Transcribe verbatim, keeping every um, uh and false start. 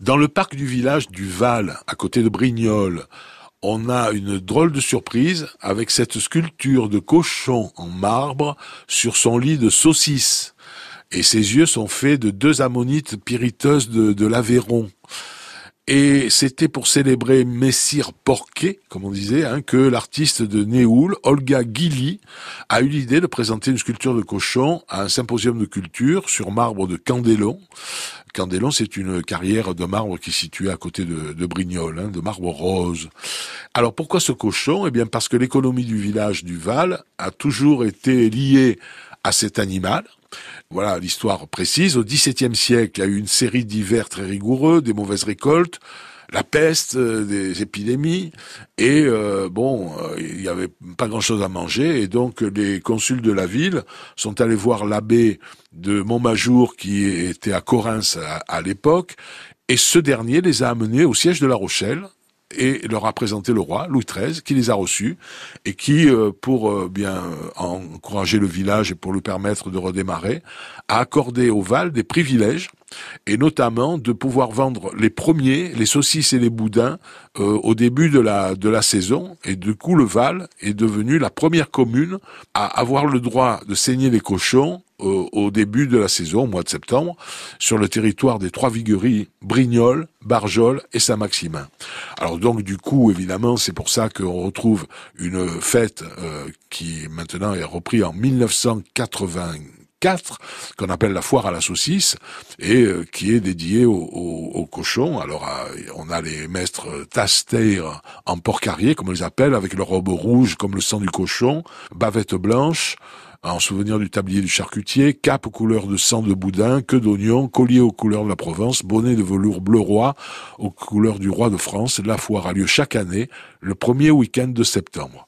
Dans le parc du village du Val, à côté de Brignoles, on a une drôle de surprise avec cette sculpture de cochon en marbre sur son lit de saucisse. Et ses yeux sont faits de deux ammonites pyriteuses de, de l'Aveyron. Et c'était pour célébrer Messire Porquet, comme on disait, hein, que l'artiste de Néoul, Olga Guilly, a eu l'idée de présenter une sculpture de cochon à un symposium de culture sur marbre de Candélon. Candélon, c'est une carrière de marbre qui est située à côté de, de Brignoles, hein, de marbre rose. Alors pourquoi ce cochon ? Eh bien parce que l'économie du village du Val a toujours été liée à cet animal. Voilà l'histoire précise. Au dix-septième siècle, il y a eu une série d'hivers très rigoureux, des mauvaises récoltes, la peste, euh, des épidémies, et euh, bon, euh, il n'y avait pas grand-chose à manger, et donc les consuls de la ville sont allés voir l'abbé de Montmajour, qui était à Correns à, à l'époque, et ce dernier les a amenés au siège de La Rochelle, et leur a présenté le roi, Louis treize, qui les a reçus, et qui, euh, pour euh, bien encourager le village et pour lui permettre de redémarrer, a accordé au Val des privilèges, et notamment de pouvoir vendre les premiers, les saucisses et les boudins, euh, au début de la de la saison, et du coup le Val est devenu la première commune à avoir le droit de saigner les cochons au, au début de la saison, au mois de septembre, sur le territoire des trois vigueries, Brignoles, Barjol et Saint-Maximin. Alors donc du coup, évidemment, c'est pour ça qu'on retrouve une fête euh, qui maintenant est reprise en mille neuf cent quatre-vingt-quatre, qu'on appelle la foire à la saucisse, et euh, qui est dédiée aux au, au cochons. Alors euh, on a les maîtres tasteir en porc-carrier, comme on les appelle, avec leur robe rouge comme le sang du cochon, bavette blanche, en souvenir du tablier du charcutier, cape aux couleurs de sang de boudin, queue d'oignon, collier aux couleurs de la Provence, bonnet de velours bleu roi aux couleurs du roi de France. La foire a lieu chaque année, le premier week-end de septembre.